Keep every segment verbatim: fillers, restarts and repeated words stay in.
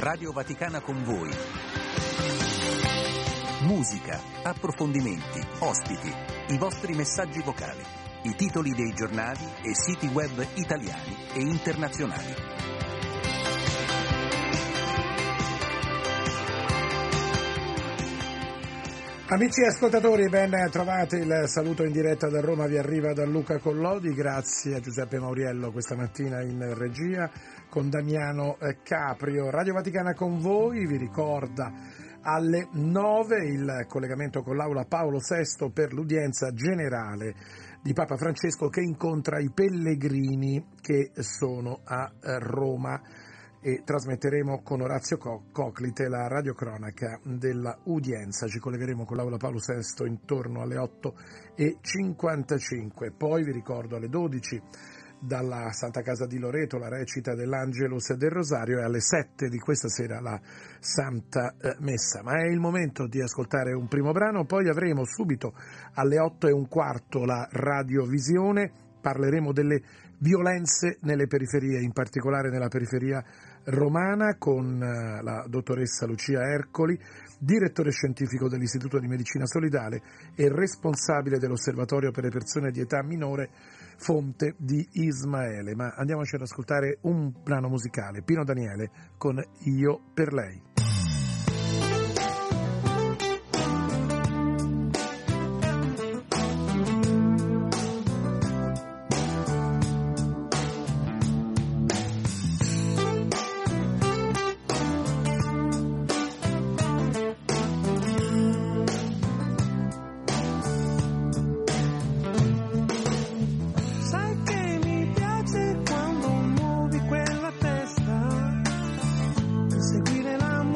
Radio Vaticana con voi. Musica, approfondimenti, ospiti, i vostri messaggi vocali, i titoli dei giornali e siti web italiani e internazionali. Amici ascoltatori, ben trovati. Il saluto in diretta da Roma vi arriva da Luca Collodi, grazie a Giuseppe Mauriello questa mattina in regia con Damiano Caprio. Radio Vaticana con voi, vi ricorda alle nove il collegamento con l'Aula Paolo sesto per l'udienza generale di Papa Francesco che incontra i pellegrini che sono a Roma. E trasmetteremo con Orazio Coclite la radiocronaca della udienza. Ci collegheremo con l'Aula Paolo sesto intorno alle otto e cinquantacinque. Poi vi ricordo alle dodici dalla Santa Casa di Loreto la recita dell'Angelus e del Rosario, e alle sette di questa sera la Santa Messa. Ma è il momento di ascoltare un primo brano, poi avremo subito alle otto e un quarto la radiovisione. Parleremo delle violenze nelle periferie, in particolare nella periferia romana, con la dottoressa Lucia Ercoli, direttore scientifico dell'Istituto di Medicina Solidale e responsabile dell'Osservatorio per le persone di età minore Fonte di Ismaele. Ma andiamoci ad ascoltare un brano musicale, Pino Daniele con Io per lei. Seguire la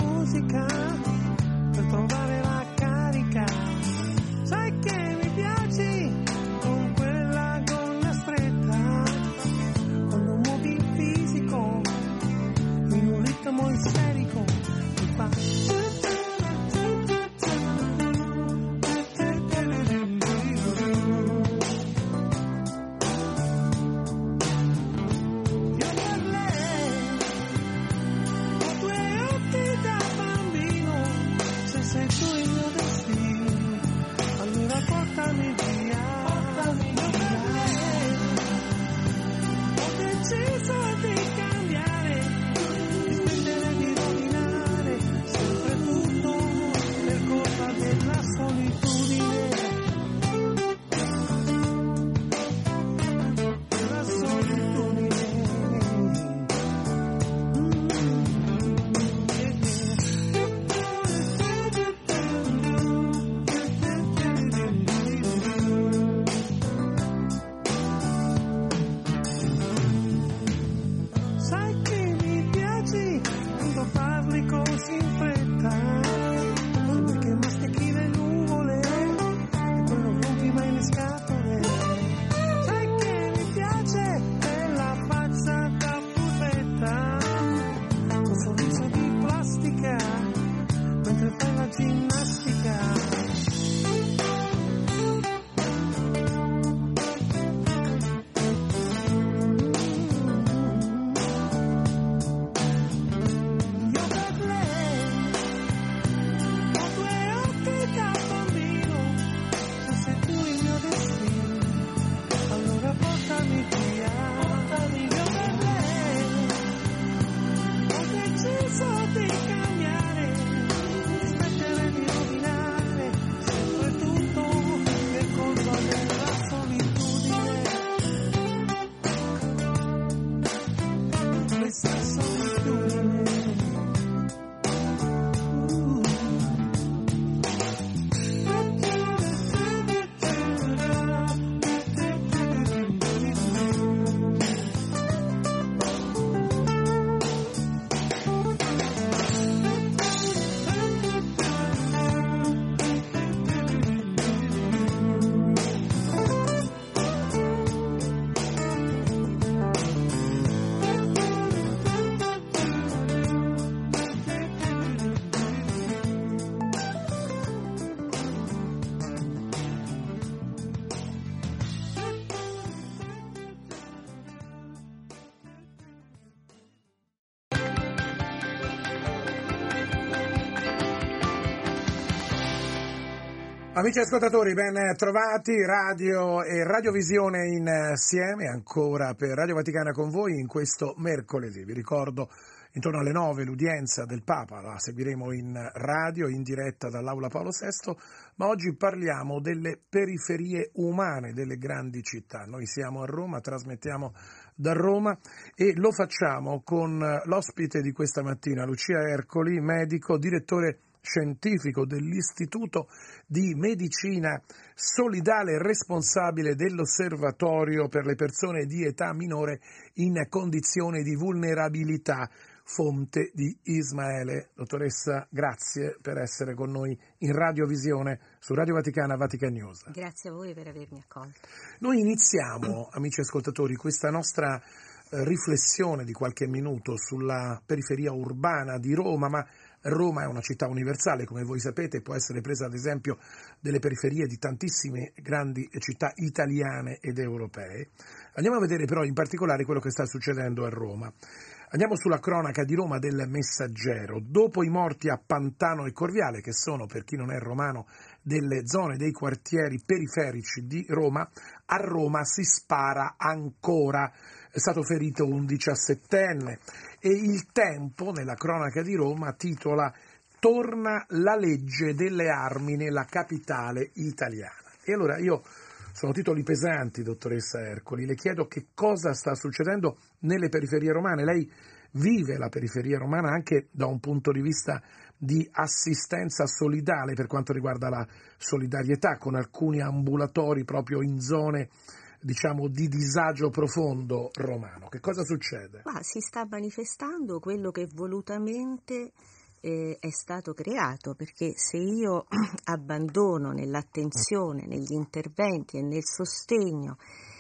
Amici ascoltatori, ben trovati, radio e radiovisione insieme, ancora per Radio Vaticana con voi in questo mercoledì. Vi ricordo intorno alle nove l'udienza del Papa, la seguiremo in radio, in diretta dall'Aula Paolo sesto, ma oggi parliamo delle periferie umane delle grandi città. Noi siamo a Roma, trasmettiamo da Roma e lo facciamo con l'ospite di questa mattina, Lucia Ercoli, medico, direttore scientifico dell'Istituto di Medicina Solidale e responsabile dell'Osservatorio per le persone di età minore in condizioni di vulnerabilità, Fonte di Ismaele. Dottoressa, grazie per essere con noi in radiovisione su Radio Vaticana, Vatican News. Grazie a voi per avermi accolto. Noi iniziamo, amici ascoltatori, questa nostra eh, riflessione di qualche minuto sulla periferia urbana di Roma, ma Roma è una città universale, come voi sapete, può essere presa ad esempio delle periferie di tantissime grandi città italiane ed europee. Andiamo a vedere però in particolare quello che sta succedendo a Roma. Andiamo sulla cronaca di Roma del Messaggero. Dopo i morti a Pantano e Corviale, che sono, per chi non è romano, delle zone dei quartieri periferici di Roma, a Roma si spara ancora. È stato ferito un diciassettenne e il Tempo, nella cronaca di Roma, titola «Torna la legge delle armi nella capitale italiana». E allora io, sono titoli pesanti, dottoressa Ercoli, le chiedo che cosa sta succedendo nelle periferie romane. Lei vive la periferia romana anche da un punto di vista di assistenza solidale per quanto riguarda la solidarietà, con alcuni ambulatori proprio in zone, diciamo, di disagio profondo romano. Che cosa succede? Ma si sta manifestando quello che volutamente eh, è stato creato, perché se io abbandono nell'attenzione, negli interventi e nel sostegno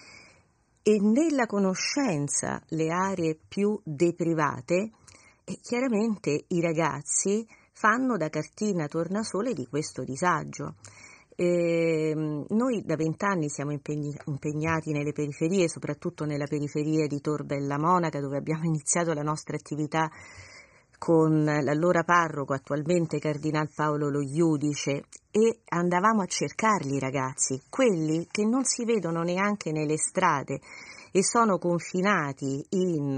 e nella conoscenza le aree più deprivate, eh, chiaramente i ragazzi fanno da cartina tornasole di questo disagio. Eh, noi da vent'anni siamo impegni, impegnati nelle periferie, soprattutto nella periferia di Tor Bella Monaca, dove abbiamo iniziato la nostra attività con l'allora parroco, attualmente Cardinal Paolo Lo Iudice, e andavamo a cercarli i ragazzi, quelli che non si vedono neanche nelle strade e sono confinati in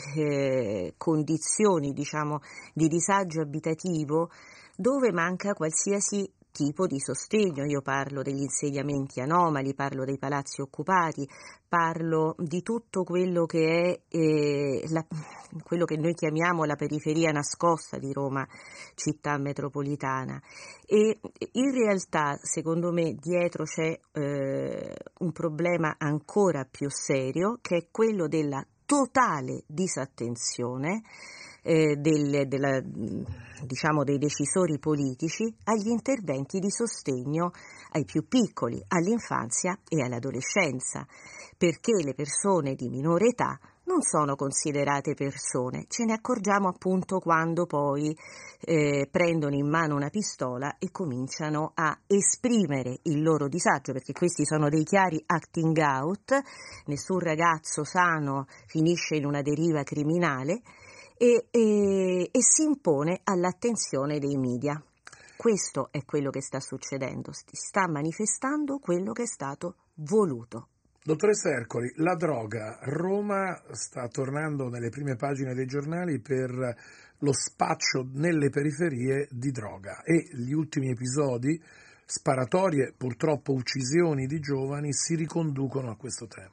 eh, condizioni, diciamo, di disagio abitativo, dove manca qualsiasi tipo di sostegno. Io parlo degli insediamenti anomali, parlo dei palazzi occupati, parlo di tutto quello che è eh, la, quello che noi chiamiamo la periferia nascosta di Roma, città metropolitana. E in realtà, secondo me, dietro c'è eh, un problema ancora più serio, che è quello della totale disattenzione Eh, del, della, diciamo dei decisori politici agli interventi di sostegno ai più piccoli, all'infanzia e all'adolescenza, perché le persone di minore età non sono considerate persone. Ce ne accorgiamo appunto quando poi eh, prendono in mano una pistola e cominciano a esprimere il loro disagio, perché questi sono dei chiari acting out. Nessun ragazzo sano finisce in una deriva criminale. E, e, e si impone all'attenzione dei media. Questo è quello che sta succedendo, si sta manifestando quello che è stato voluto. Dottoressa Ercoli, la droga, Roma sta tornando nelle prime pagine dei giornali per lo spaccio nelle periferie di droga e gli ultimi episodi, sparatorie, purtroppo uccisioni di giovani, si riconducono a questo tema.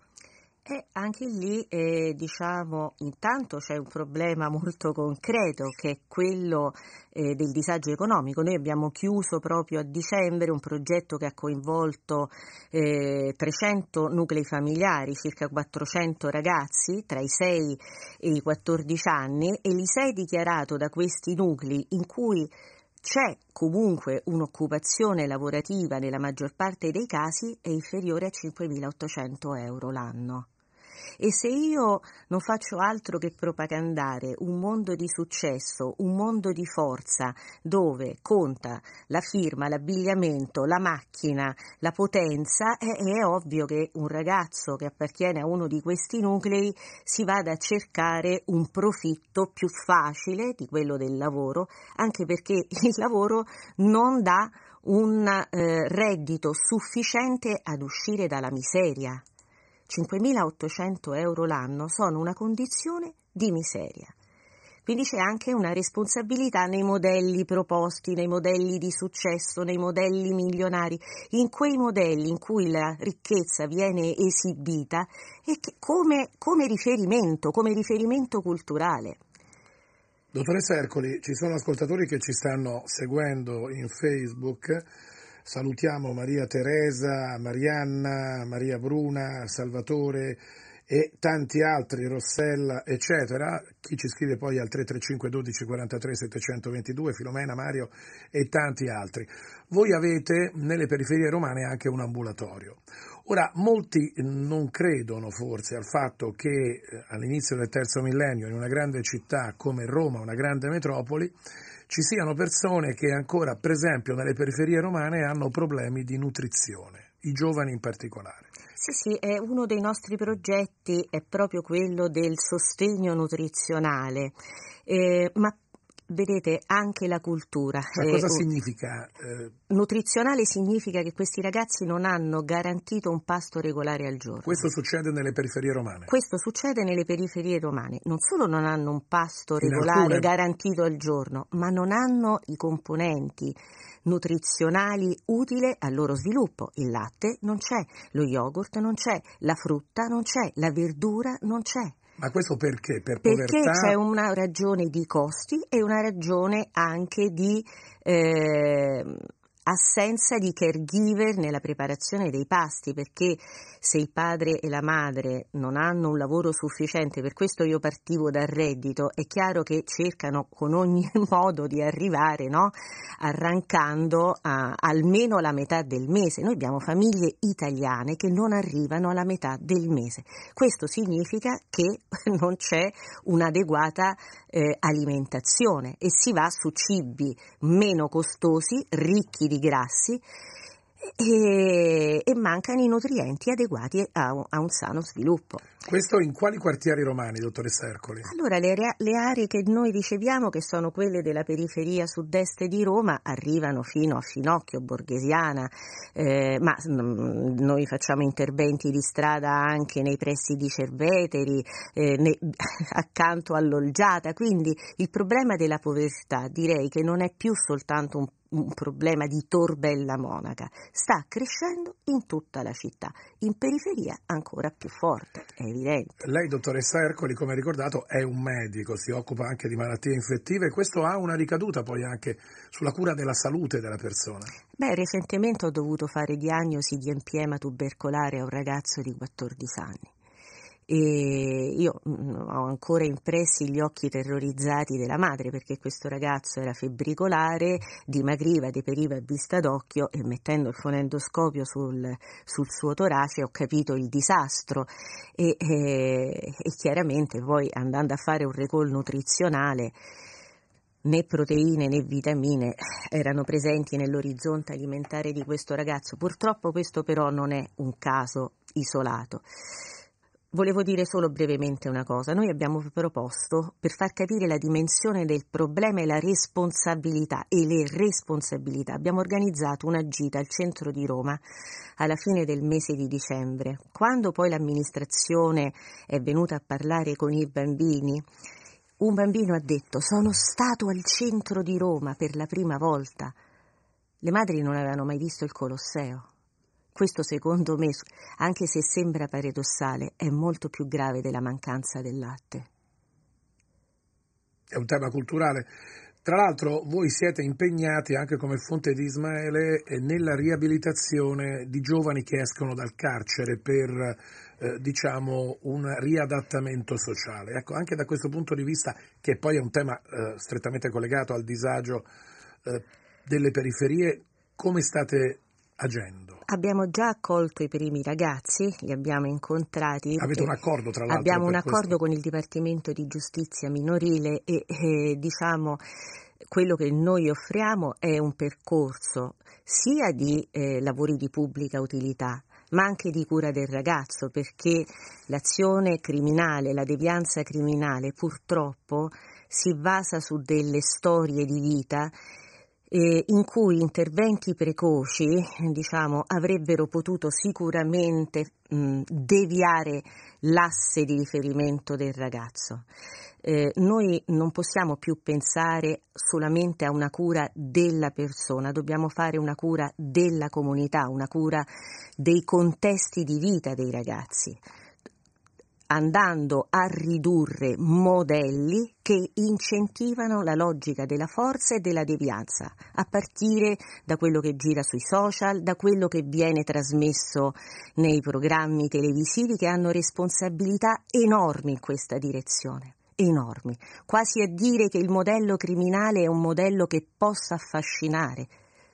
E anche lì, eh, diciamo, intanto c'è un problema molto concreto, che è quello eh, del disagio economico. Noi abbiamo chiuso proprio a dicembre un progetto che ha coinvolto eh, trecento nuclei familiari, circa quattrocento ragazzi tra i sei e i quattordici anni, e l'I S E E dichiarato da questi nuclei, in cui c'è comunque un'occupazione lavorativa nella maggior parte dei casi, è inferiore a cinquemilaottocento euro l'anno. E se io non faccio altro che propagandare un mondo di successo, un mondo di forza, dove conta la firma, l'abbigliamento, la macchina, la potenza, è, è ovvio che un ragazzo che appartiene a uno di questi nuclei si vada a cercare un profitto più facile di quello del lavoro, anche perché il lavoro non dà un eh, reddito sufficiente ad uscire dalla miseria. cinquemilaottocento euro l'anno sono una condizione di miseria. Quindi c'è anche una responsabilità nei modelli proposti, nei modelli di successo, nei modelli milionari, in quei modelli in cui la ricchezza viene esibita e che come, come riferimento, come riferimento culturale. Dottoressa Ercoli, ci sono ascoltatori che ci stanno seguendo in Facebook. Salutiamo Maria Teresa, Marianna, Maria Bruna, Salvatore e tanti altri, Rossella, eccetera. Chi ci scrive poi al tre tre cinque dodici quarantatré settecentoventidue, Filomena, Mario e tanti altri. Voi avete nelle periferie romane anche un ambulatorio. Ora, molti non credono forse al fatto che all'inizio del terzo millennio in una grande città come Roma, una grande metropoli, ci siano persone che ancora, per esempio, nelle periferie romane hanno problemi di nutrizione, i giovani in particolare. Sì, sì, è uno dei nostri progetti è proprio quello del sostegno nutrizionale, eh, ma vedete anche la cultura. Ma eh, cosa significa? Eh... Nutrizionale significa che questi ragazzi non hanno garantito un pasto regolare al giorno. Questo succede nelle periferie romane? Questo succede nelle periferie romane. Non solo non hanno un pasto regolare alcune... garantito al giorno, ma non hanno i componenti nutrizionali utili al loro sviluppo. Il latte non c'è, lo yogurt non c'è, la frutta non c'è, la verdura non c'è. Ma questo perché? Per perché povertà? C'è una ragione di costi e una ragione anche di eh, assenza di caregiver nella preparazione dei pasti, perché se il padre e la madre non hanno un lavoro sufficiente, per questo io partivo dal reddito, è chiaro che cercano con ogni modo di arrivare, no? Arrancando a, almeno la metà del mese. Noi abbiamo famiglie italiane che non arrivano alla metà del mese. Questo significa che non c'è un'adeguata eh, alimentazione e si va su cibi meno costosi, ricchi di grassi, e, e mancano i nutrienti adeguati a un, a un sano sviluppo. Questo in quali quartieri romani, dottoressa Ercoli? Allora, le, le aree che noi riceviamo, che sono quelle della periferia sud-est di Roma, arrivano fino a Finocchio, Borghesiana, eh, ma mh, noi facciamo interventi di strada anche nei pressi di Cerveteri, eh, ne, accanto all'Olgiata, quindi il problema della povertà direi che non è più soltanto un un problema di Torbella Monaca, sta crescendo in tutta la città, in periferia ancora più forte, è evidente. Lei, dottoressa Ercoli, come ha ricordato, è un medico, si occupa anche di malattie infettive e questo ha una ricaduta poi anche sulla cura della salute della persona. Beh, recentemente ho dovuto fare diagnosi di empiema tubercolare a un ragazzo di quattordici anni. E io ho ancora impressi gli occhi terrorizzati della madre, perché questo ragazzo era febbricolare, dimagriva, deperiva a vista d'occhio, e mettendo il fonendoscopio sul, sul suo torace ho capito il disastro e, e, e chiaramente poi andando a fare un recall nutrizionale né proteine né vitamine erano presenti nell'orizzonte alimentare di questo ragazzo. Purtroppo questo però non è un caso isolato. Volevo dire solo brevemente una cosa. Noi abbiamo proposto, per far capire la dimensione del problema e la responsabilità e le responsabilità, abbiamo organizzato una gita al centro di Roma alla fine del mese di dicembre. Quando poi l'amministrazione è venuta a parlare con i bambini, un bambino ha detto: sono stato al centro di Roma per la prima volta. Le madri non avevano mai visto il Colosseo. Questo secondo me, anche se sembra paradossale, è molto più grave della mancanza del latte. È un tema culturale. Tra l'altro voi siete impegnati anche come Fonte di Ismaele nella riabilitazione di giovani che escono dal carcere per eh, diciamo un riadattamento sociale. Ecco, anche da questo punto di vista, che poi è un tema eh, strettamente collegato al disagio eh, delle periferie, come state agendo? Abbiamo già accolto i primi ragazzi, li abbiamo incontrati. Avete un accordo, tra l'altro? Abbiamo un accordo questo. con il Dipartimento di Giustizia Minorile e, e diciamo quello che noi offriamo è un percorso sia di eh, lavori di pubblica utilità, ma anche di cura del ragazzo, perché l'azione criminale, la devianza criminale purtroppo si basa su delle storie di vita eh, in cui interventi precoci, diciamo, avrebbero potuto sicuramente mh, deviare l'asse di riferimento del ragazzo. Eh, noi non possiamo più pensare solamente a una cura della persona, dobbiamo fare una cura della comunità, una cura dei contesti di vita dei ragazzi, andando a ridurre modelli che incentivano la logica della forza e della devianza, a partire da quello che gira sui social, da quello che viene trasmesso nei programmi televisivi che hanno responsabilità enormi in questa direzione. Enormi, quasi a dire che il modello criminale è un modello che possa affascinare.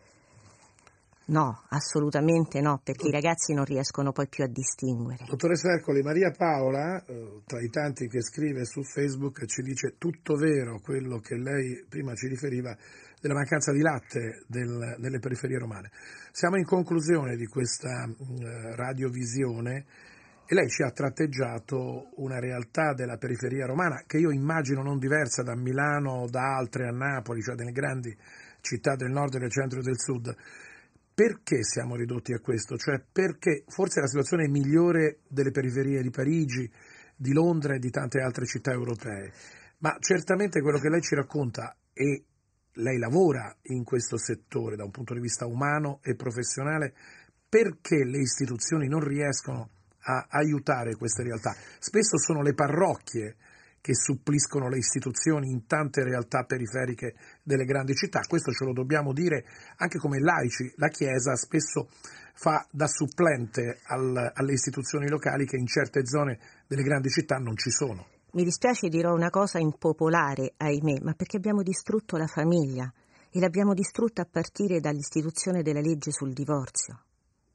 No, assolutamente no, perché i ragazzi non riescono poi più a distinguere. Dottoressa Ercoli, Maria Paola, eh, tra i tanti che scrive su Facebook, ci dice tutto vero quello che lei prima ci riferiva della mancanza di latte del, nelle periferie romane. Siamo in conclusione di questa eh, radiovisione e lei ci ha tratteggiato una realtà della periferia romana che io immagino non diversa da Milano o da altre, a Napoli, cioè delle grandi città del nord, del centro e del sud. Perché siamo ridotti a questo? Cioè perché forse la situazione è migliore delle periferie di Parigi, di Londra e di tante altre città europee, ma certamente quello che lei ci racconta, e lei lavora in questo settore da un punto di vista umano e professionale, perché le istituzioni non riescono a aiutare queste realtà? Spesso sono le parrocchie che suppliscono le istituzioni in tante realtà periferiche delle grandi città. Questo ce lo dobbiamo dire anche come laici. La Chiesa spesso fa da supplente al, alle istituzioni locali che in certe zone delle grandi città non ci sono. Mi dispiace, dirò una cosa impopolare, ahimè, ma perché abbiamo distrutto la famiglia e l'abbiamo distrutta a partire dall'istituzione della legge sul divorzio,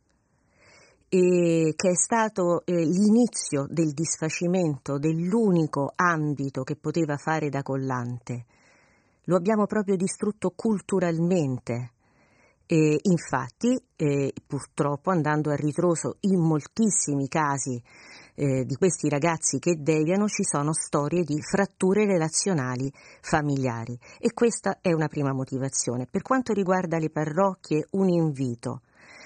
e che è stato eh, l'inizio del disfacimento dell'unico ambito che poteva fare da collante. Lo abbiamo proprio distrutto culturalmente. E infatti, eh, purtroppo, andando a ritroso in moltissimi casi eh, di questi ragazzi che deviano, ci sono storie di fratture relazionali familiari, e questa è una prima motivazione. Per quanto riguarda le parrocchie, un invito.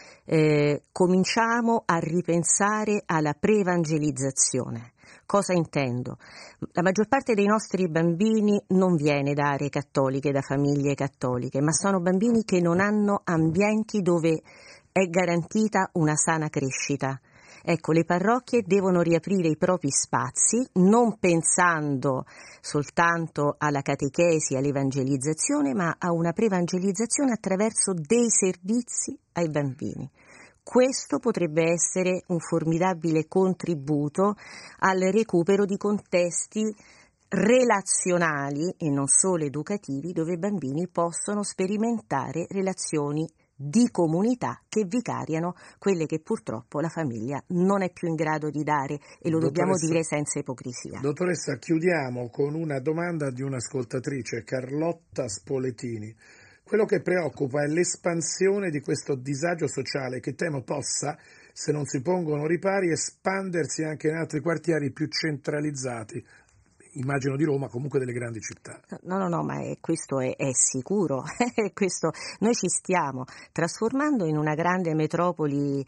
Eh, cominciamo a ripensare alla preevangelizzazione. Cosa intendo? La maggior parte dei nostri bambini non viene da aree cattoliche, da famiglie cattoliche, ma sono bambini che non hanno ambienti dove è garantita una sana crescita. Ecco, le parrocchie devono riaprire i propri spazi, non pensando soltanto alla catechesi, all'evangelizzazione, ma a una preevangelizzazione attraverso dei servizi ai bambini. Questo potrebbe essere un formidabile contributo al recupero di contesti relazionali e non solo educativi, dove i bambini possono sperimentare relazioni di comunità che vicariano quelle che purtroppo la famiglia non è più in grado di dare, e lo dobbiamo dire senza ipocrisia. Dottoressa, chiudiamo con una domanda di un'ascoltatrice, Carlotta Spoletini. Quello che preoccupa è l'espansione di questo disagio sociale che temo possa, se non si pongono ripari, espandersi anche in altri quartieri più centralizzati, immagino di Roma, comunque delle grandi città. No, no, no, ma è, questo è, è sicuro. questo, noi ci stiamo trasformando in una grande metropoli,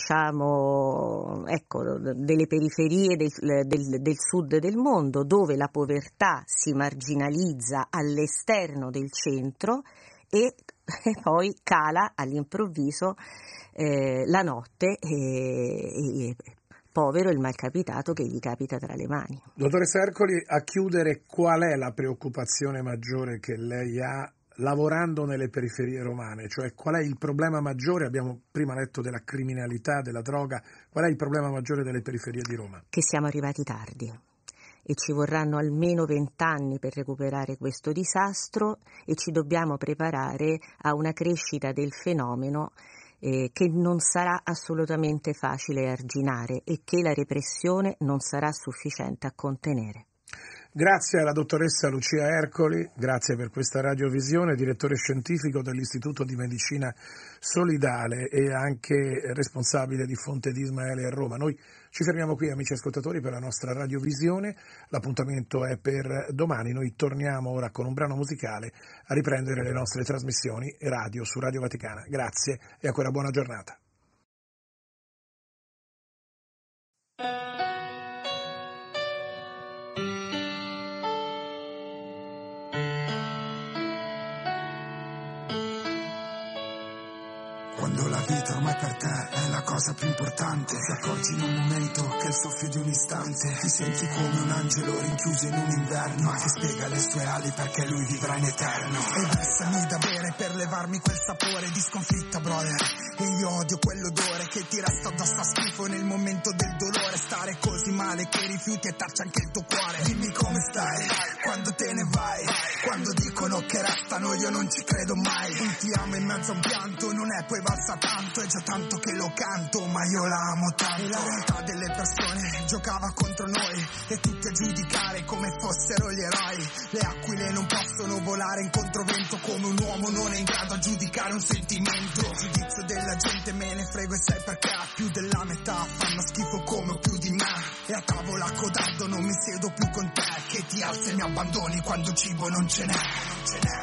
diciamo, ecco, delle periferie del, del, del sud del mondo, dove la povertà si marginalizza all'esterno del centro e, e poi cala all'improvviso eh, la notte e, e povero il malcapitato che gli capita tra le mani. Dottoressa Ercoli, a chiudere, qual è la preoccupazione maggiore che lei ha lavorando nelle periferie romane? Cioè, qual è il problema maggiore? Abbiamo prima letto della criminalità, della droga. Qual è il problema maggiore delle periferie di Roma? Che siamo arrivati tardi e ci vorranno almeno vent'anni per recuperare questo disastro, e ci dobbiamo preparare a una crescita del fenomeno Eh, che non sarà assolutamente facile arginare e che la repressione non sarà sufficiente a contenere. Grazie alla dottoressa Lucia Ercoli, grazie per questa radiovisione, direttore scientifico dell'Istituto di Medicina Solidale e anche responsabile di Fonte di Ismaele a Roma. Noi ci fermiamo qui, amici ascoltatori, per la nostra radiovisione. L'appuntamento è per domani. Noi torniamo ora con un brano musicale a riprendere le nostre trasmissioni radio su Radio Vaticana. Grazie e ancora buona giornata. Quando la vita ormai per te è la cosa più importante, ti accorgi in un momento che è il soffio di un istante, ti senti come un angelo rinchiuso in un inverno che spiega le sue ali perché lui vivrà in eterno. E versami da bere per levarmi quel sapore di sconfitta, brother, e io odio quell'odore che ti resta addosso a schifo nel momento del dolore. Stare così male che rifiuti e taccia anche il tuo cuore. Dimmi come stai quando te ne vai, quando dicono che restano io non ci credo mai. Un ti amo in mezzo a un pianto non è poi valsa tanto, è già tanto che lo canto, ma io la amo tanto. E la realtà delle persone giocava contro noi e tutti a giudicare come fossero gli eroi. Le aquile non possono volare in controvento, come un uomo non è in grado a giudicare un sentimento. Il giudizio della gente me ne frego e sai perché più della metà fanno schifo come o più di me. E a tavola a codardo non mi siedo più con te, che ti alzi e mi abbandoni quando cibo non ce n'è, non ce n'è.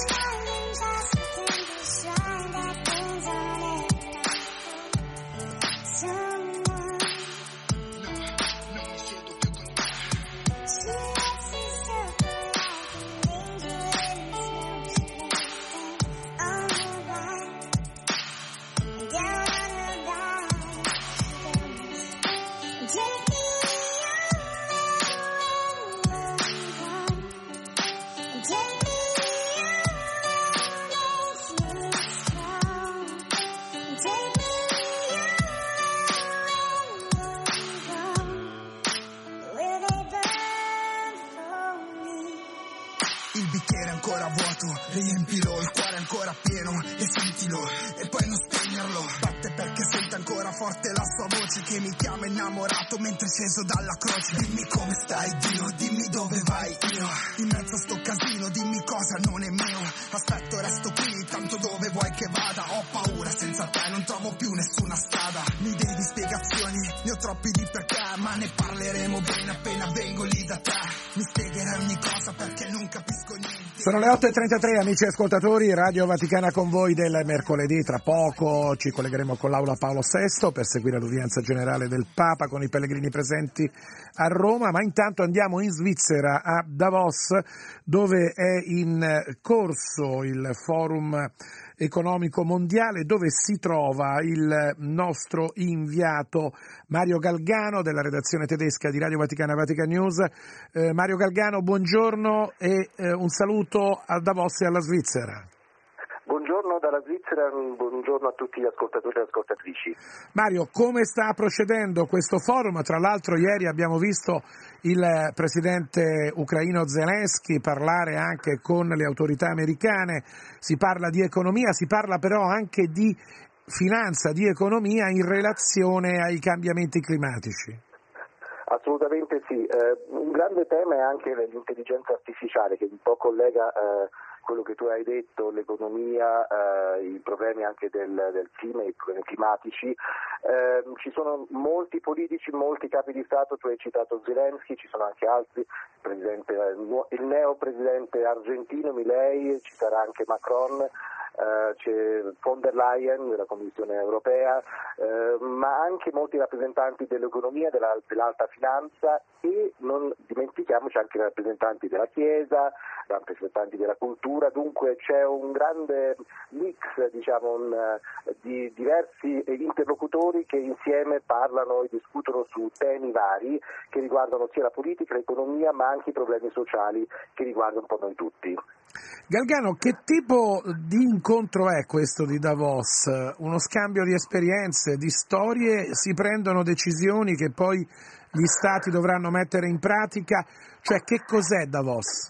Riempilo, il cuore ancora pieno e sentilo e poi non spegnerlo. Batte perché sente ancora forte la sua voce che mi chiama innamorato mentre sceso dalla croce. Dimmi come stai Dio, dimmi dove vai io. In mezzo a sto casino dimmi cosa non è mio. Aspetto resto qui, tanto dove vuoi che vada. Ho paura, senza te non trovo più nessuna strada. Mi devi spiegazioni, ne ho troppi di perché, ma ne parleremo bene appena vengo lì da te. Mi spiegherai ogni cosa perché non capisco niente. Sono le otto e trentatré, amici ascoltatori, Radio Vaticana con voi del mercoledì. Tra poco ci collegheremo con l'Aula Paolo sesto per seguire l'udienza generale del Papa con i pellegrini presenti a Roma, ma intanto andiamo in Svizzera, a Davos, dove è in corso il forum economico mondiale, dove si trova il nostro inviato Mario Galgano della redazione tedesca di Radio Vaticana Vatican News. Eh, Mario Galgano, buongiorno e eh, un saluto a Davos e alla Svizzera. Buongiorno dalla Svizzera, buongiorno a tutti gli ascoltatori e ascoltatrici. Mario, come sta procedendo questo forum? Tra l'altro ieri abbiamo visto il presidente ucraino Zelensky parlare anche con le autorità americane, si parla di economia, si parla però anche di finanza, di economia in relazione ai cambiamenti climatici. Assolutamente sì, eh, un grande tema è anche l'intelligenza artificiale che un po' collega eh, quello che tu hai detto, l'economia, eh, i problemi anche del, del clima, i problemi climatici. Eh, ci sono molti politici, molti capi di Stato, tu hai citato Zelensky, ci sono anche altri, il, presidente, il neo presidente argentino Milei, ci sarà anche Macron. Uh, c'è von der Leyen della Commissione europea, uh, ma anche molti rappresentanti dell'economia, della, dell'alta finanza e non dimentichiamoci anche i rappresentanti della Chiesa, rappresentanti della cultura, dunque c'è un grande mix diciamo, un, uh, di diversi interlocutori che insieme parlano e discutono su temi vari che riguardano sia la politica, l'economia ma anche i problemi sociali che riguardano un po' noi tutti. Galgano, che tipo di incontro è questo di Davos? Uno scambio di esperienze, di storie, si prendono decisioni che poi gli stati dovranno mettere in pratica, cioè che cos'è Davos?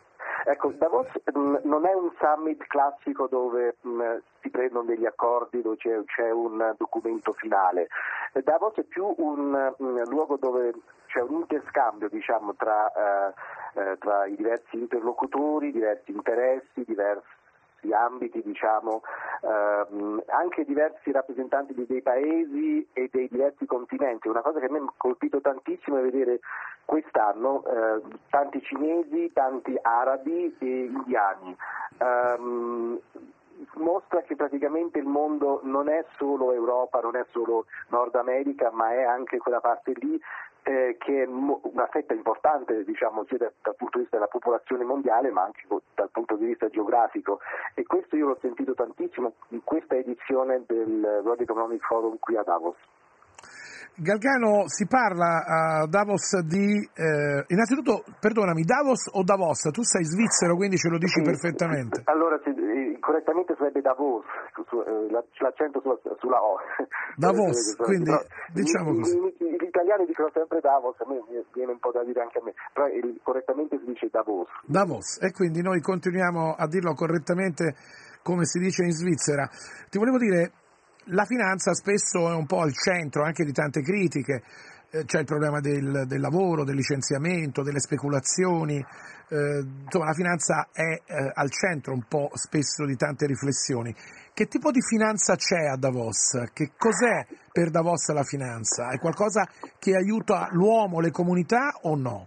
Ecco, Davos mh, non è un summit classico dove mh, si prendono degli accordi, dove c'è, c'è un documento finale. Davos è più un mh, luogo dove c'è un interscambio, diciamo, tra, eh, eh, tra i diversi interlocutori, diversi interessi, diversi ambiti, diciamo, ehm, anche diversi rappresentanti di, dei paesi e dei diversi continenti. Una cosa che a me ha colpito tantissimo è vedere quest'anno eh, tanti cinesi, tanti arabi e indiani. Um, mostra che praticamente il mondo non è solo Europa, non è solo Nord America, ma è anche quella parte lì eh, che è una fetta importante, diciamo, sia dal, dal punto di vista della popolazione mondiale, ma anche dal punto di vista geografico. E questo io l'ho sentito tantissimo in questa edizione del World Economic Forum qui a Davos. Galgano, si parla a Davos di, eh, innanzitutto, perdonami, Davos o Davos? Tu sei svizzero, quindi ce lo dici sì, perfettamente. Allora, sì, correttamente sarebbe Davos, su, eh, l'accento sulla, sulla O. Davos, quindi però, diciamo gli, così. Gli, gli italiani dicono sempre Davos, a me viene un po' da dire anche a me, però il, correttamente si dice Davos. Davos, e quindi noi continuiamo a dirlo correttamente come si dice in Svizzera. Ti volevo dire, la finanza spesso è un po' al centro anche di tante critiche, eh, c'è il problema del, del lavoro, del licenziamento, delle speculazioni, eh, insomma la finanza è eh, al centro un po' spesso di tante riflessioni. Che tipo di finanza c'è a Davos? Che cos'è per Davos la finanza? È qualcosa che aiuta l'uomo, le comunità o no?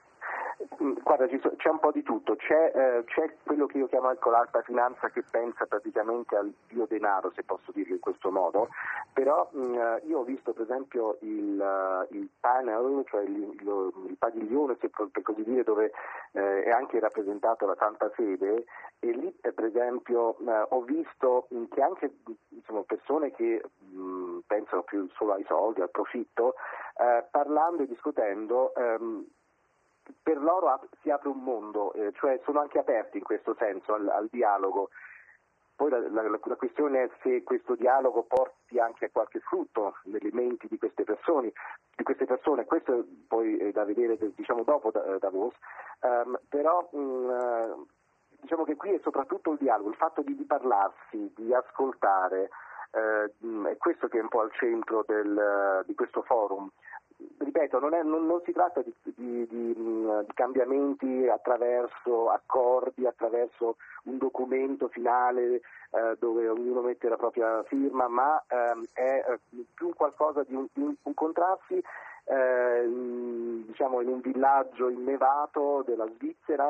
Guarda, c'è un po' di tutto, c'è, eh, c'è quello che io chiamo ecco, l'alta finanza che pensa praticamente al dio denaro, se posso dirlo in questo modo, però mh, io ho visto per esempio il, uh, il panel, cioè il, il, il padiglione per, per così dire, dove eh, è anche rappresentato la Santa Sede, e lì eh, per esempio eh, ho visto mh, che anche insomma, persone che mh, pensano più solo ai soldi, al profitto, eh, parlando e discutendo, ehm, per loro si apre un mondo, eh, cioè sono anche aperti in questo senso al, al dialogo. Poi la, la, la questione è se questo dialogo porti anche a qualche frutto nelle menti di queste persone, di queste persone. Questo poi è da vedere diciamo dopo da, Davos, um, però um, diciamo che qui è soprattutto il dialogo, il fatto di, di parlarsi, di ascoltare, uh, è questo che è un po' al centro del, di questo forum. Ripeto, non, è, non, non si tratta di, di, di, di cambiamenti attraverso accordi, attraverso un documento finale eh, dove ognuno mette la propria firma, ma ehm, è più qualcosa di, un, di un, incontrarsi eh, in, diciamo, in un villaggio innevato della Svizzera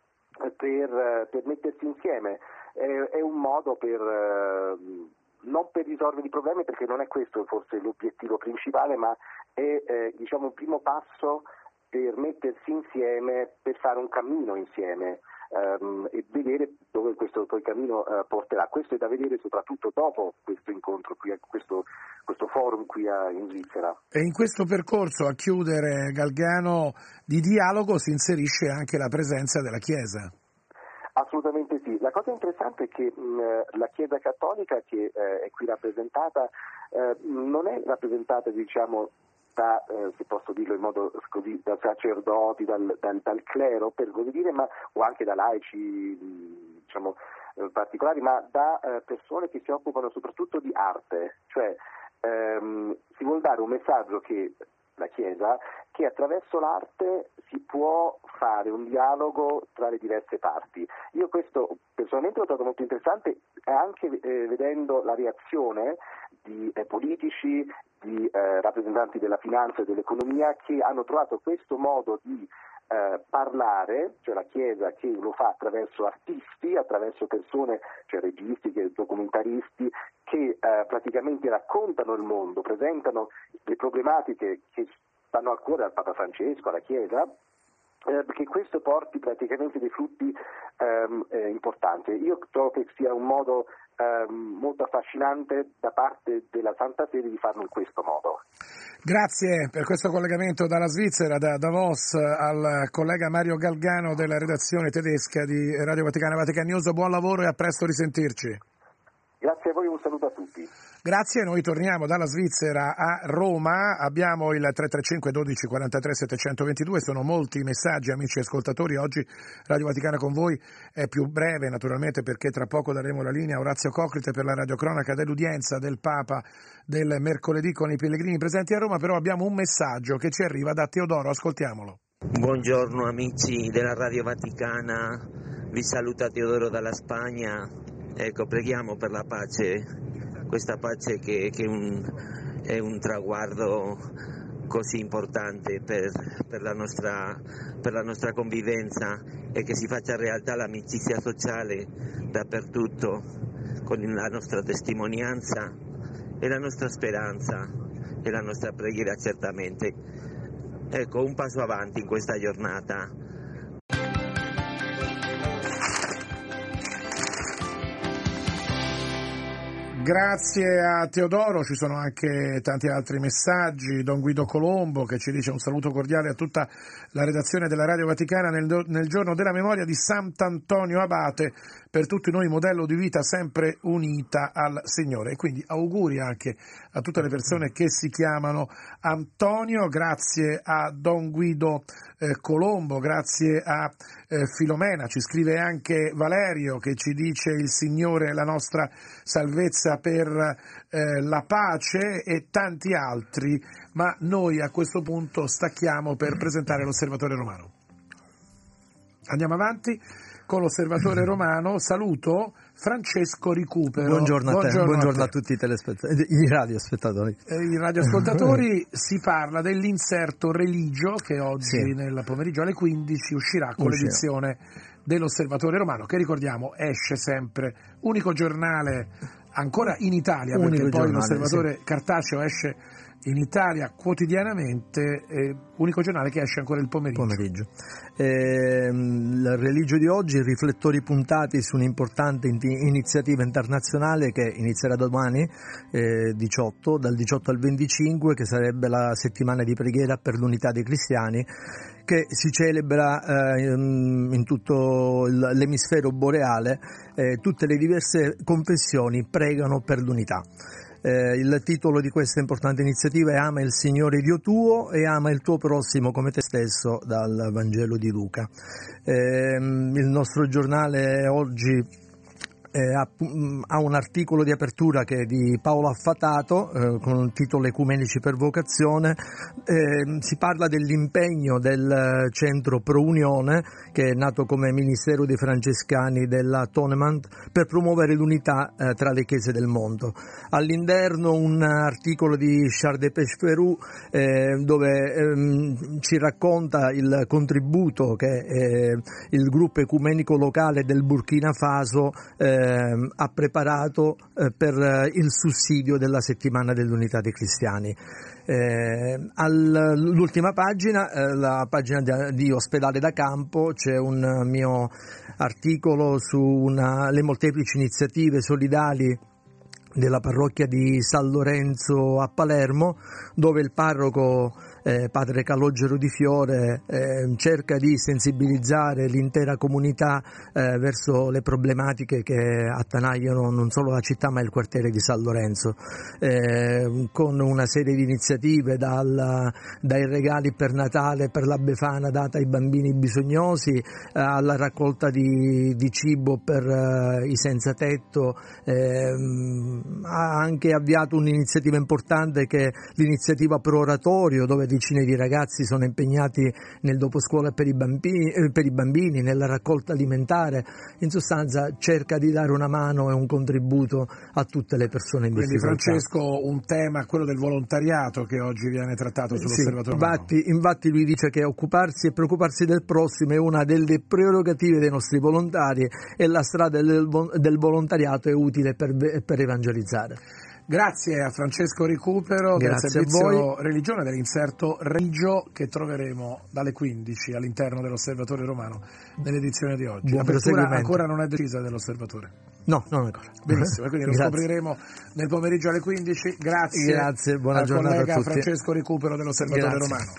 per, per mettersi insieme. È, è un modo per... Eh, non per risolvere i problemi, perché non è questo forse l'obiettivo principale, ma è eh, diciamo un primo passo per mettersi insieme, per fare un cammino insieme ehm, e vedere dove questo poi cammino eh, porterà. Questo è da vedere soprattutto dopo questo incontro qui, questo, questo forum qui a, in Svizzera. E in questo percorso, a chiudere, Galgano, di dialogo si inserisce anche la presenza della Chiesa. Assolutamente sì. La cosa interessante è che mh, la Chiesa Cattolica che eh, è qui rappresentata eh, non è rappresentata, diciamo, da, eh, se posso dirlo in modo così, da sacerdoti, dal, dal, dal clero, per così dire, ma, o anche da laici, mh, diciamo, eh, particolari, ma da eh, persone che si occupano soprattutto di arte. Cioè ehm, si vuol dare un messaggio che la Chiesa, che attraverso l'arte si può fare un dialogo tra le diverse parti. Io questo personalmente l'ho trovato molto interessante, anche eh, vedendo la reazione di eh, politici, di eh, rappresentanti della finanza e dell'economia che hanno trovato questo modo di eh, parlare, cioè la Chiesa che lo fa attraverso artisti, attraverso persone, cioè registi, documentaristi, che eh, praticamente raccontano il mondo, presentano le problematiche che stanno al cuore al Papa Francesco, alla Chiesa, eh, che questo porti praticamente dei frutti ehm, eh, importanti. Io trovo che sia un modo ehm, molto affascinante da parte della Santa Sede di farlo in questo modo. Grazie per questo collegamento dalla Svizzera, da Davos, al collega Mario Galgano della redazione tedesca di Radio Vaticana Vatican News. Buon lavoro e a presto risentirci. Grazie a voi, un saluto a tutti. Grazie, noi torniamo dalla Svizzera a Roma, abbiamo il tre tre cinque dodici quarantatré settecentoventidue, sono molti i messaggi, amici ascoltatori. Oggi Radio Vaticana con voi è più breve naturalmente perché tra poco daremo la linea a Orazio Cocrite per la radiocronaca dell'udienza del Papa del mercoledì con i pellegrini presenti a Roma, però abbiamo un messaggio che ci arriva da Teodoro, ascoltiamolo. Buongiorno amici della Radio Vaticana, vi saluta Teodoro dalla Spagna. Ecco, preghiamo per la pace, questa pace che, che un, è un traguardo così importante per, per, la nostra, per la nostra convivenza, e che si faccia realtà l'amicizia sociale dappertutto, con la nostra testimonianza e la nostra speranza e la nostra preghiera certamente. Ecco, un passo avanti in questa giornata. Grazie a Teodoro, ci sono anche tanti altri messaggi. Don Guido Colombo che ci dice un saluto cordiale a tutta la redazione della Radio Vaticana nel, nel giorno della memoria di Sant'Antonio Abate, per tutti noi modello di vita sempre unita al Signore. E quindi auguri anche a tutte le persone che si chiamano Antonio. Grazie a Don Guido eh, Colombo, grazie a eh, Filomena. Ci scrive anche Valerio che ci dice: il Signore è la nostra salvezza per eh, la pace, e tanti altri, ma noi a questo punto stacchiamo per presentare l'Osservatore Romano. Andiamo avanti con l'Osservatore Romano. Saluto Francesco Ricupero. Buongiorno a te, buongiorno, buongiorno a, a, te. a tutti i telespettatori, i radiospettatori. Eh, I radioascoltatori si parla dell'inserto Religio che oggi sì. nel pomeriggio alle quindici uscirà con Uscirà. l'edizione dell'Osservatore Romano, che ricordiamo esce sempre, unico giornale ancora in Italia, Unico perché poi giornale, l'Osservatore sì. cartaceo esce in Italia quotidianamente, eh, unico giornale che esce ancora il pomeriggio. pomeriggio. Eh, il Religio di oggi, riflettori puntati su un'importante in- iniziativa internazionale che inizierà domani, eh, diciotto, dal diciotto al venticinque, che sarebbe la settimana di preghiera per l'unità dei cristiani, che si celebra eh, in tutto l'emisfero boreale. Eh, tutte le diverse confessioni pregano per l'unità. Eh, il titolo di questa importante iniziativa è Ama il Signore Dio tuo e ama il tuo prossimo come te stesso, dal Vangelo di Luca. Eh, il nostro giornale oggi Eh, ha, ha un articolo di apertura che è di Paolo Affatato eh, con il titolo Ecumenici per vocazione. Eh, si parla dell'impegno del centro Pro Unione, che è nato come Ministero dei Francescani della Tonemant, per promuovere l'unità eh, tra le chiese del mondo. All'interno un articolo di Charles de Pesferou eh, dove ehm, ci racconta il contributo che eh, il gruppo ecumenico locale del Burkina Faso eh, ha preparato eh, per eh, il sussidio della settimana dell'unità dei cristiani. Eh, all'ultima pagina, eh, la pagina di, di Ospedale da Campo, c'è un mio articolo su una, le molteplici iniziative solidali della parrocchia di San Lorenzo a Palermo, dove il parroco eh, padre Calogero di Fiore eh, cerca di sensibilizzare l'intera comunità eh, verso le problematiche che attanagliano non solo la città ma il quartiere di San Lorenzo, eh, con una serie di iniziative dal, dai regali per Natale per la Befana data ai bambini bisognosi eh, alla raccolta di, di cibo per eh, i senza tetto. eh, ha anche avviato un'iniziativa importante che è l'iniziativa Pro Oratorio, dove decine di ragazzi sono impegnati nel doposcuola per i bambini, eh, per i bambini, nella raccolta alimentare. In sostanza cerca di dare una mano e un contributo a tutte le persone in Quindi difficoltà. Francesco, un tema, quello del volontariato, che oggi viene trattato sull'Osservatore sì, infatti, infatti lui dice che occuparsi e preoccuparsi del prossimo è una delle prerogative dei nostri volontari e la strada del, del volontariato è utile per, per evangelizzare. Grazie a Francesco Ricupero del Grazie servizio a voi. Religione, dell'inserto Religio, che troveremo dalle quindici all'interno dell'Osservatore Romano nell'edizione di oggi. Buon L'apertura ancora non è decisa dell'Osservatore. No, non ancora. Benissimo, quindi lo Grazie. scopriremo nel pomeriggio alle quindici. Grazie, Grazie, buona al giornata collega a tutti. Francesco Ricupero dell'Osservatore Grazie. Romano.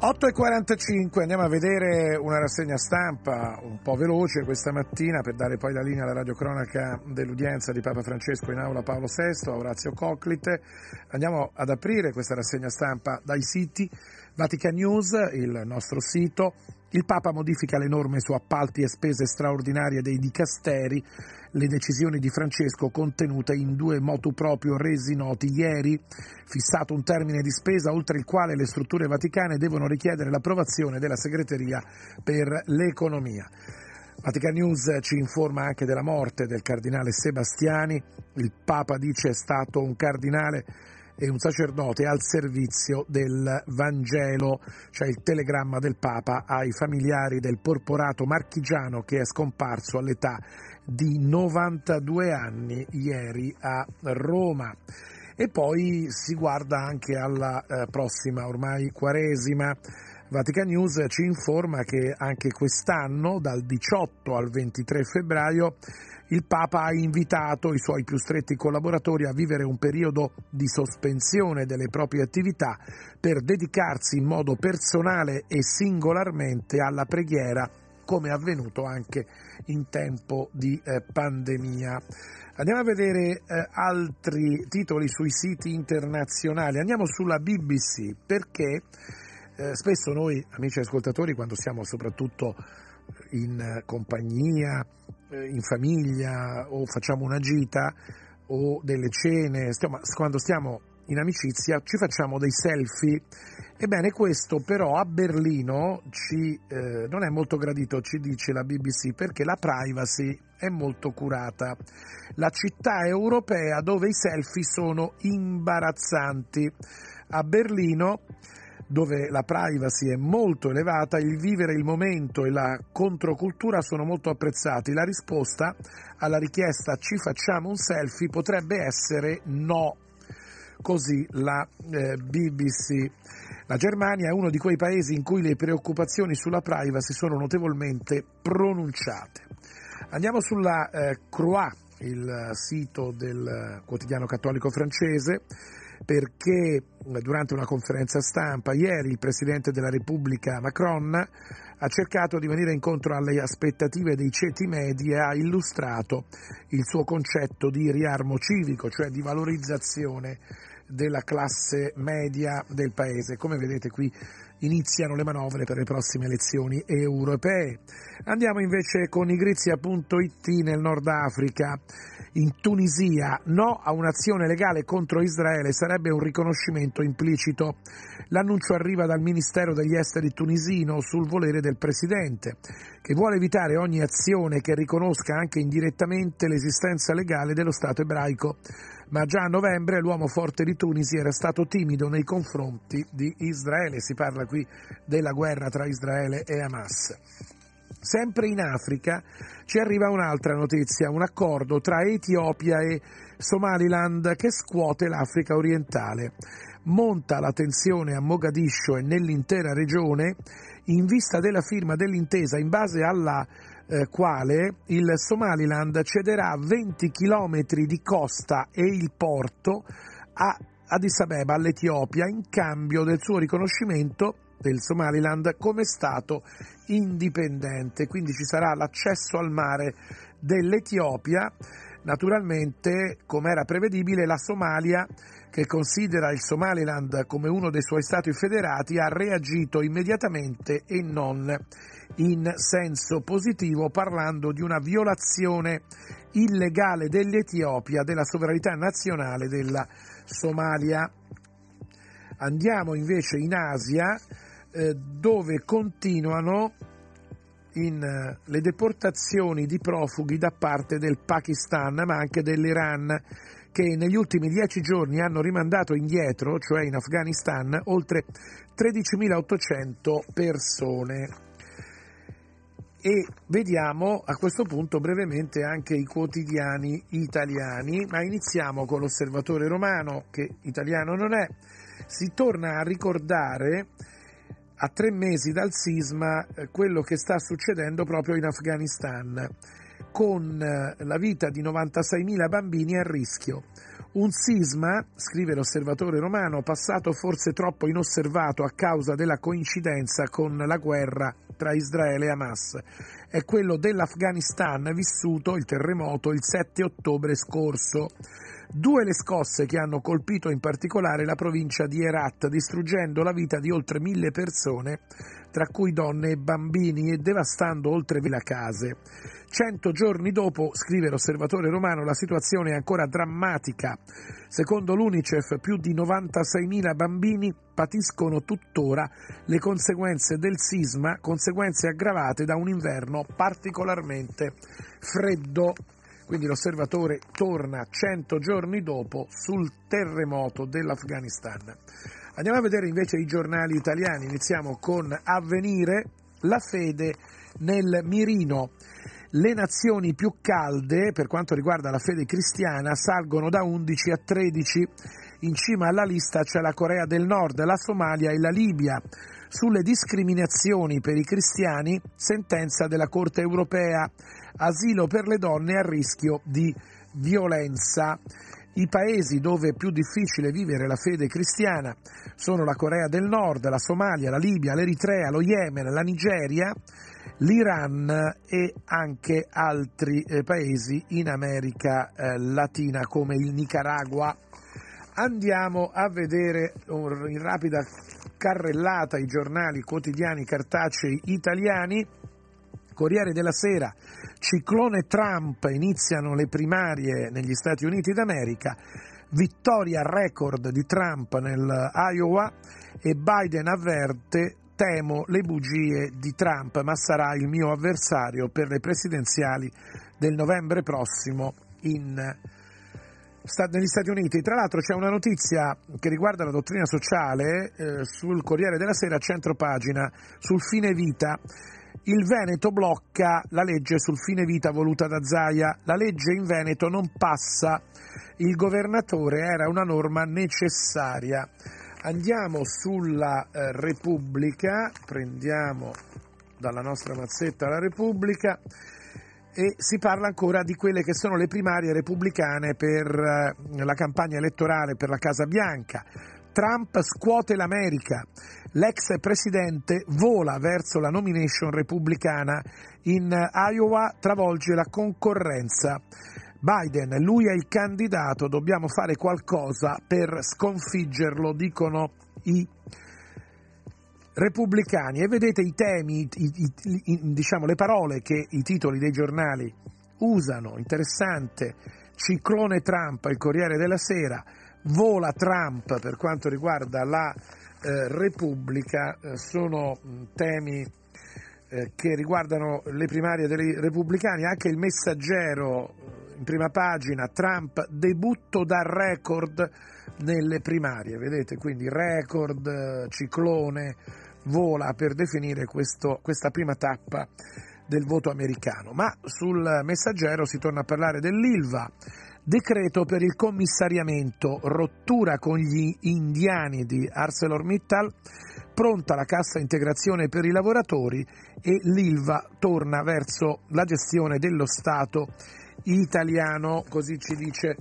otto e quarantacinque, andiamo a vedere una rassegna stampa un po' veloce questa mattina per dare poi la linea alla radiocronaca dell'udienza di Papa Francesco in aula Paolo sesto, Orazio Coclite. Andiamo ad aprire questa rassegna stampa dai siti. Vatican News, il nostro sito. Il Papa modifica le norme su appalti e spese straordinarie dei dicasteri, le decisioni di Francesco contenute in due motu proprio resi noti ieri, fissato un termine di spesa oltre il quale le strutture vaticane devono richiedere l'approvazione della segreteria per l'economia. Vatican News ci informa anche della morte del cardinale Sebastiani. Il Papa dice è stato un cardinale e un sacerdote al servizio del Vangelo. C'è il telegramma del Papa ai familiari del porporato marchigiano che è scomparso all'età di novantadue anni ieri a Roma. E poi si guarda anche alla eh, prossima ormai Quaresima. Vatican News ci informa che anche quest'anno, dal diciotto al ventitré febbraio, il Papa ha invitato i suoi più stretti collaboratori a vivere un periodo di sospensione delle proprie attività per dedicarsi in modo personale e singolarmente alla preghiera, come è avvenuto anche in tempo di eh, pandemia. Andiamo a vedere eh, altri titoli sui siti internazionali. Andiamo sulla B B C, perché eh, spesso noi, amici ascoltatori, quando siamo soprattutto in eh, compagnia, eh, in famiglia o facciamo una gita o delle cene, stiamo, quando stiamo in amicizia ci facciamo dei selfie. Ebbene, questo però a Berlino ci, eh, non è molto gradito, ci dice la B B C, perché la privacy è molto curata. La città europea dove i selfie sono imbarazzanti. A Berlino, dove la privacy è molto elevata, il vivere il momento e la controcultura sono molto apprezzati. La risposta alla richiesta "ci facciamo un selfie" potrebbe essere no. Così la eh, B B C. La Germania è uno di quei paesi in cui le preoccupazioni sulla privacy sono notevolmente pronunciate. Andiamo sulla eh, Croix, il sito del quotidiano cattolico francese, perché durante una conferenza stampa ieri il Presidente della Repubblica Macron ha cercato di venire incontro alle aspettative dei ceti medi e ha illustrato il suo concetto di riarmo civico, cioè di valorizzazione della classe media del paese. Come vedete qui iniziano le manovre per le prossime elezioni europee. Andiamo invece con igrizia punto it nel Nord Africa. In Tunisia, no a un'azione legale contro Israele, sarebbe un riconoscimento implicito. L'annuncio arriva dal Ministero degli Esteri tunisino sul volere del Presidente, che vuole evitare ogni azione che riconosca anche indirettamente l'esistenza legale dello Stato ebraico. Ma già a novembre l'uomo forte di Tunisi era stato timido nei confronti di Israele. Si parla qui della guerra tra Israele e Hamas. Sempre in Africa ci arriva un'altra notizia, un accordo tra Etiopia e Somaliland che scuote l'Africa orientale. Monta la tensione a Mogadiscio e nell'intera regione in vista della firma dell'intesa in base alla eh, quale il Somaliland cederà venti chilometri di costa e il porto a Addis Abeba, all'Etiopia, in cambio del suo riconoscimento del Somaliland come Stato indipendente. Quindi ci sarà l'accesso al mare dell'Etiopia. Naturalmente, come era prevedibile, la Somalia, che considera il Somaliland come uno dei suoi stati federati, ha reagito immediatamente e non in senso positivo, parlando di una violazione illegale dell'Etiopia della sovranità nazionale della Somalia. Andiamo invece in Asia, eh, dove continuano in uh, le deportazioni di profughi da parte del Pakistan, ma anche dell'Iran, che negli ultimi dieci giorni hanno rimandato indietro, cioè in Afghanistan, oltre tredicimilaottocento persone. E vediamo a questo punto brevemente anche i quotidiani italiani, ma iniziamo con l'Osservatore Romano, che italiano non è. Si torna a ricordare, a tre mesi dal sisma, quello che sta succedendo proprio in Afghanistan, con la vita di novantaseimila bambini a rischio. Un sisma, scrive l'Osservatore Romano, passato forse troppo inosservato a causa della coincidenza con la guerra tra Israele e Hamas. È quello dell'Afghanistan vissuto, il terremoto, il sette ottobre scorso. Due le scosse che hanno colpito in particolare la provincia di Herat, distruggendo la vita di oltre mille persone, tra cui donne e bambini, e devastando oltre mille case. Cento giorni dopo, scrive l'Osservatore Romano, la situazione è ancora drammatica. Secondo l'UNICEF, più di novantaseimila bambini patiscono tuttora le conseguenze del sisma, conseguenze aggravate da un inverno particolarmente freddo. Quindi l'Osservatore torna cento giorni dopo sul terremoto dell'Afghanistan. Andiamo a vedere invece i giornali italiani. Iniziamo con Avvenire, la fede nel mirino. Le nazioni più calde per quanto riguarda la fede cristiana salgono da undici a tredici. In cima alla lista c'è la Corea del Nord, la Somalia e la Libia. Sulle discriminazioni per i cristiani, sentenza della Corte europea, asilo per le donne a rischio di violenza. I paesi dove è più difficile vivere la fede cristiana sono la Corea del Nord, la Somalia, la Libia, l'Eritrea, lo Yemen, la Nigeria, l'Iran e anche altri eh, paesi in America eh, Latina come il Nicaragua. Andiamo a vedere in rapida carrellata i giornali quotidiani cartacei italiani. Corriere della Sera, ciclone Trump, iniziano le primarie negli Stati Uniti d'America, vittoria record di Trump nell'Iowa e Biden avverte, temo le bugie di Trump, ma sarà il mio avversario per le presidenziali del novembre prossimo in negli Stati Uniti. Tra l'altro c'è una notizia che riguarda la dottrina sociale eh, sul Corriere della Sera, centropagina, sul fine vita. Il Veneto blocca la legge sul fine vita voluta da Zaia. La legge in Veneto non passa. Il governatore, era una norma necessaria. Andiamo sulla eh, Repubblica, prendiamo dalla nostra mazzetta la Repubblica e si parla ancora di quelle che sono le primarie repubblicane per eh, la campagna elettorale per la Casa Bianca. Trump scuote l'America, l'ex presidente vola verso la nomination repubblicana, in Iowa travolge la concorrenza. Biden, lui è il candidato, dobbiamo fare qualcosa per sconfiggerlo, dicono i repubblicani. E vedete i temi, i, i, i, diciamo le parole che i titoli dei giornali usano, interessante, ciclone Trump, il Corriere della Sera, vola Trump per quanto riguarda la eh, Repubblica, eh, sono mh, temi eh, che riguardano le primarie dei repubblicani. Anche il Messaggero in prima pagina, Trump debutto da record nelle primarie, vedete, quindi record, eh, ciclone, vola per definire questo, questa prima tappa del voto americano. Ma sul Messaggero si torna a parlare dell'Ilva. Decreto per il commissariamento, rottura con gli indiani di ArcelorMittal, pronta la cassa integrazione per i lavoratori e l'Ilva torna verso la gestione dello Stato italiano, così ci dice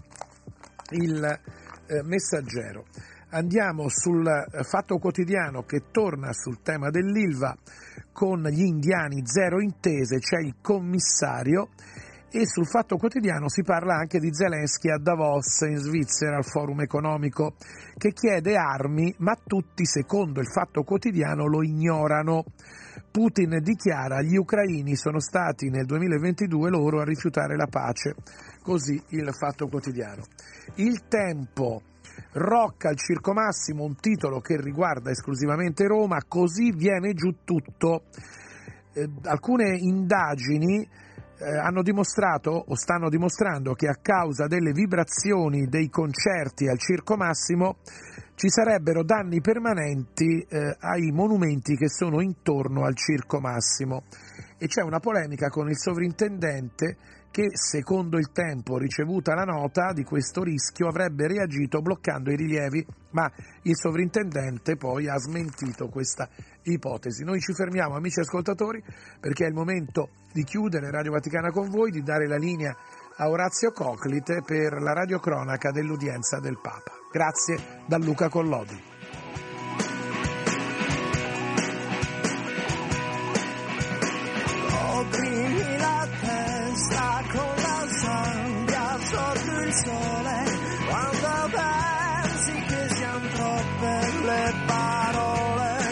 il eh, Messaggero. Andiamo sul Fatto Quotidiano che torna sul tema dell'Ilva con gli indiani, zero intese, c'è il commissario. E sul Fatto Quotidiano si parla anche di Zelensky a Davos in Svizzera al forum economico che chiede armi, ma tutti secondo il Fatto Quotidiano lo ignorano. Putin dichiara gli ucraini sono stati nel duemilaventidue loro a rifiutare la pace, così il Fatto Quotidiano. Il Tempo, Rocca al Circo Massimo, un titolo che riguarda esclusivamente Roma, così viene giù tutto. Eh, alcune indagini Eh, hanno dimostrato o stanno dimostrando che a causa delle vibrazioni dei concerti al Circo Massimo ci sarebbero danni permanenti eh, ai monumenti che sono intorno al Circo Massimo e c'è una polemica con il sovrintendente che, secondo il Tempo, ricevuta la nota di questo rischio, avrebbe reagito bloccando i rilievi, ma il sovrintendente poi ha smentito questa ipotesi. Noi ci fermiamo, amici ascoltatori, perché è il momento di chiudere Radio Vaticana con voi, di dare la linea a Orazio Coclite per la radiocronaca dell'udienza del Papa. Grazie da Luca Collodi. Opprimi la testa con la sabbia sotto il sole, quando pensi che siano troppe le parole.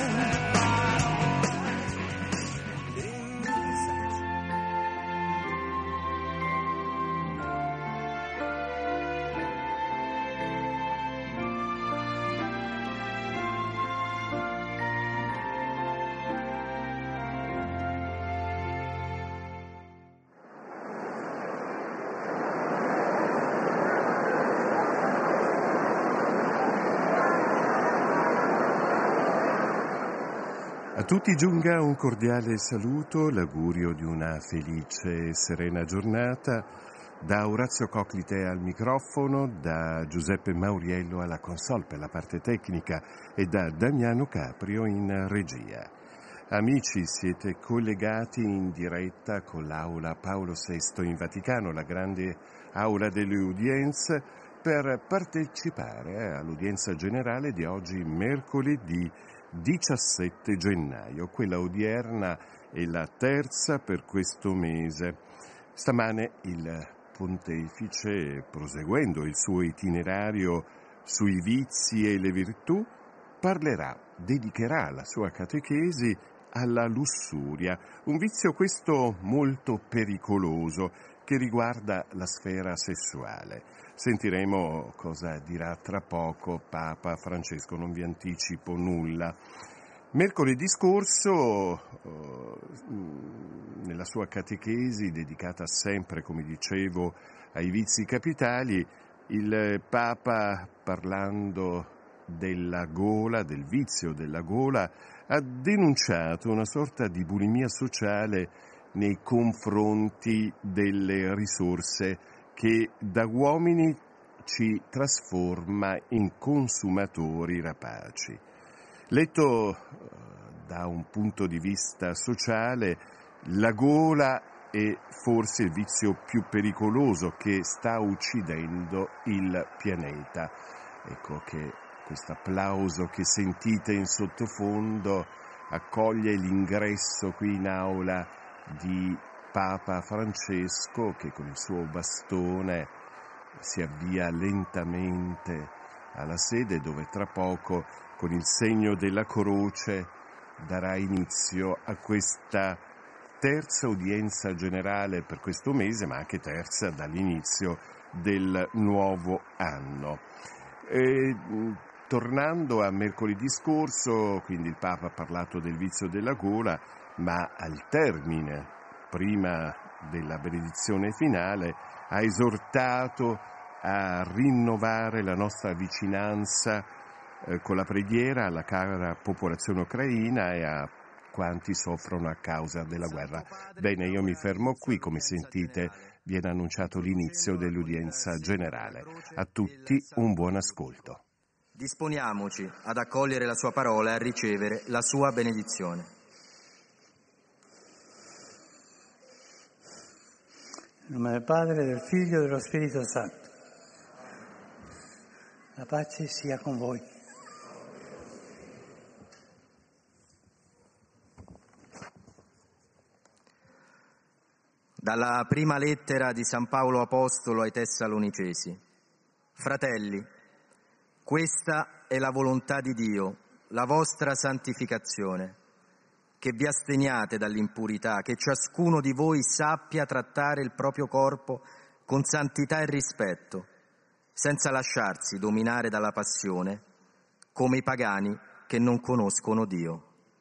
A tutti giunga un cordiale saluto, l'augurio di una felice e serena giornata da Orazio Coclite al microfono, da Giuseppe Mauriello alla console per la parte tecnica e da Damiano Caprio in regia. Amici, siete collegati in diretta con l'aula Paolo sesto in Vaticano, la grande aula delle udienze, per partecipare all'udienza generale di oggi, mercoledì diciassette gennaio. Quella odierna è la terza per questo mese. Stamane il pontefice, proseguendo il suo itinerario sui vizi e le virtù, parlerà, dedicherà la sua catechesi alla lussuria, un vizio questo molto pericoloso che riguarda la sfera sessuale. Sentiremo cosa dirà tra poco Papa Francesco, non vi anticipo nulla. Mercoledì scorso, nella sua catechesi, dedicata sempre, come dicevo, ai vizi capitali, il Papa, parlando della gola, del vizio della gola, ha denunciato una sorta di bulimia sociale nei confronti delle risorse che da uomini ci trasforma in consumatori rapaci. Letto da un punto di vista sociale, la gola è forse il vizio più pericoloso che sta uccidendo il pianeta. Ecco che questo applauso che sentite in sottofondo accoglie l'ingresso qui in aula di Papa Francesco, che con il suo bastone si avvia lentamente alla sede, dove tra poco, con il segno della croce, darà inizio a questa terza udienza generale per questo mese, ma anche terza dall'inizio del nuovo anno. E, tornando a mercoledì scorso, quindi il Papa ha parlato del vizio della gola, ma al termine, prima della benedizione finale, ha esortato a rinnovare la nostra vicinanza eh, con la preghiera alla cara popolazione ucraina e a quanti soffrono a causa della guerra. Bene, io mi fermo qui, come sentite viene annunciato l'inizio dell'udienza generale. A tutti un buon ascolto. Disponiamoci ad accogliere la sua parola e a ricevere la sua benedizione. In nome del Padre, del Figlio e dello Spirito Santo. La pace sia con voi. Dalla prima lettera di San Paolo Apostolo ai Tessalonicesi. Fratelli, questa è la volontà di Dio, la vostra santificazione, che vi asteniate dall'impurità, che ciascuno di voi sappia trattare il proprio corpo con santità e rispetto, senza lasciarsi dominare dalla passione, come i pagani che non conoscono Dio.